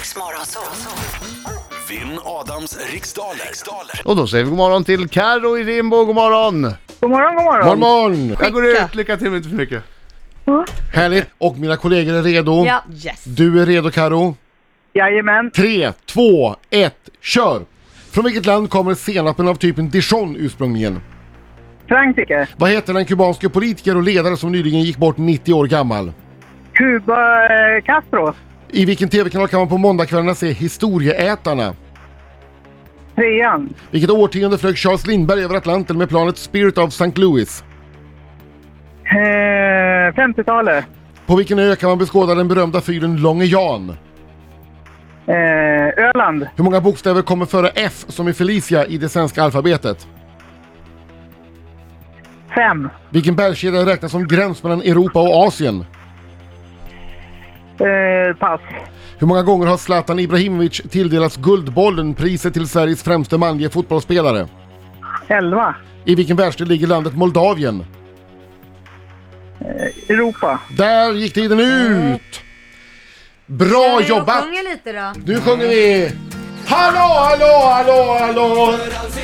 Riks Morgonzoo. Vinn Adams riksdaler. Och då säger vi god morgon till Karo i Rimbo. God morgon! God morgon, god morgon. God morgon! Jag går ut, lycka till, inte för mycket. Härligt, och mina kollegor är redo. Ja. Yes. Du är redo, Karo. Jajamän. 3, 2, 1, kör! Från vilket land kommer senapen av typen Dijon ursprungligen? Frankrike. Vad heter den kubanske politiker och ledare som nyligen gick bort 90 år gammal? Kuba, Castro. I vilken tv-kanal kan man på måndagskvällarna se Historieätarna? 3an. Vilket årtionde flög Charles Lindbergh över Atlanten med planet Spirit of St. Louis? 50-talet. På vilken ö kan man beskåda den berömda fyren Långe Jan? Öland. Hur många bokstäver kommer före F som i Felicia i det svenska alfabetet? 5. Vilken bergskedja räknas som gräns mellan Europa och Asien? Pass. Hur många gånger har Zlatan Ibrahimovic tilldelats Guldbollen, priset till Sveriges främste manlige fotbollsspelare? 11. I vilken världsdel ligger landet Moldavien? Europa. Där gick tiden ut! Bra jobbat! Jag sjunger lite då. Nu sjunger vi! Hallå, hallå, hallå, hallå!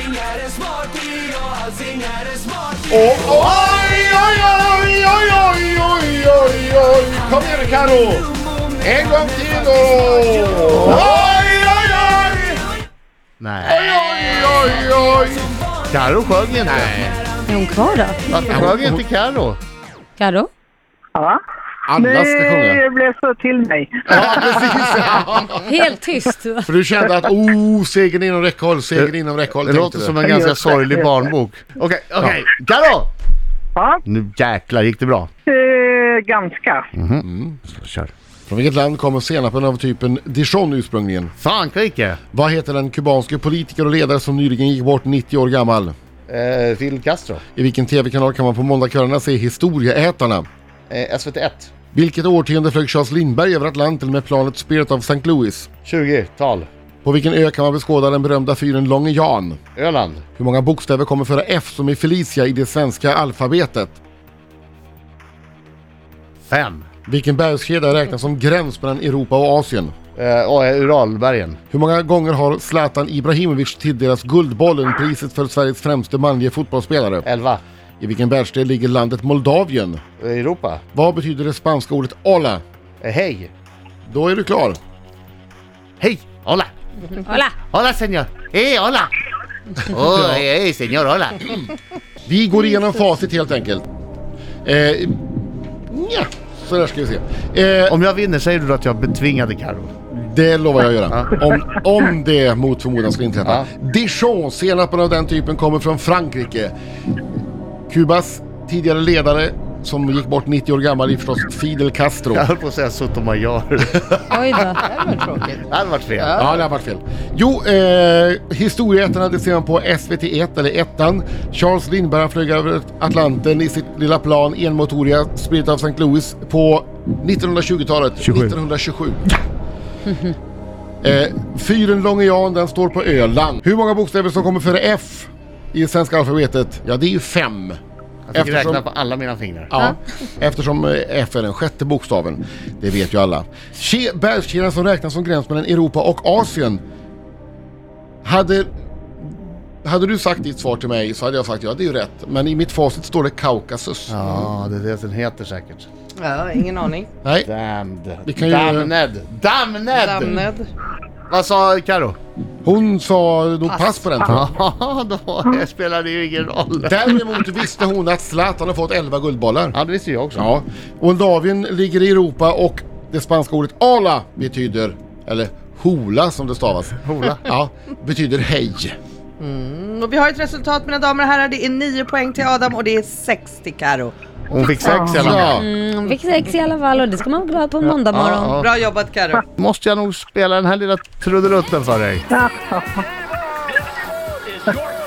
Oj, oj, oj, oj, oj, oj, oj, oj! Kom igen, Karo! En gång till då! Oj, oj, oj! Nej. Oj, oj, oj! Karo sjöng inte. Nej. Är hon kvar då? Varför sjöng inte Karo? Karo? Ja. Alla ska sjunga. Det blev så till mig. Ja, precis. Helt tyst. För du kände att, segern inom räckhåll, segern inom räckhåll. Det låter som en ganska sorglig barnbok. Okej. Karo! Ja. Nu jäklar, gick det bra? Ganska. Kör. Från vilket land kommer senapen av typen Dijon ursprungligen? Frankrike. Vad heter den kubanske politiker och ledare som nyligen gick bort 90 år gammal? Fidel Castro. I vilken tv-kanal kan man på måndagskvällarna se Historieätarna? SVT1. Vilket årtionde flög Charles Lindbergh över Atlanten med planet Spirit of St. Louis? 20-tal. På vilken ö kan man beskåda den berömda fyren Långe Jan? Öland. Hur många bokstäver kommer före F som i Felicia i det svenska alfabetet? 5. Vilken bergskedja räknas som gräns mellan Europa och Asien? Uralbergen. Hur många gånger har Zlatan Ibrahimovic tilldelats Guldbollen, priset för Sveriges främste manlige fotbollsspelare? 11. I vilken världsdel ligger landet Moldavien? Europa. Vad betyder det spanska ordet hola? Hej. Då är du klar. Hej. Hola. Hola. Hola, señor. Hej, hola. Hej, señor, hola. Vi går igenom facit helt enkelt. Ja, så där ska vi se. Om jag vinner säger du att jag betvingade Karo. Det lovar jag att göra. Om det mot förmodan skulle inträffa. Ja. Dijon, senapen av den typen, kommer från Frankrike. Kubas tidigare ledare som gick bort 90 år gammal är förstås Fidel Castro. Jag höll på att säga Sotomayor. Oj då. Det hade varit fel. Ja, det har varit fel. Jo, Historieätarna, det ser man på SVT1 eller ettan. Charles Lindbergh flög över Atlanten i sitt lilla plan, enmotoriga Spirit of St. Louis på 1920-talet. 1927. Fyren Långe Jan, den står på Öland. Hur många bokstäver som kommer före F i svenska alfabetet? Ja, det är ju 5. Jag fick räkna på alla mina fingrar. Ja, eftersom F är den sjätte bokstaven. Det vet ju alla. Bergskedjan som räknas som gräns mellan Europa och Asien. Hade du sagt ditt svar till mig så hade jag sagt ja, det är ju rätt. Men i mitt facit står det Kaukasus. Ja, det är det den heter säkert. Ja, ingen aning. Nej. Damned. Vi kan ju- Damned. Vad sa Karo? Hon sa då pass på den. Ja, då spelar det ju ingen roll. Däremot visste hon att Zlatan har fått 11 guldbollar. Ja, det visste jag också. Ja. Moldavien ligger i Europa och det spanska ordet hola betyder, eller hola som det stavas. Hola. Ja, betyder hej. Och vi har ett resultat, mina damer och herrar. Det är 9 poäng till Adam och det är 6 till Karo. Hon fick 6 i alla fall. Ja. Fick 6 i alla fall och det ska man vara glad på måndag morgon. Ja. Bra jobbat, Karo. Måste jag nog spela den här lilla trudelutten för dig.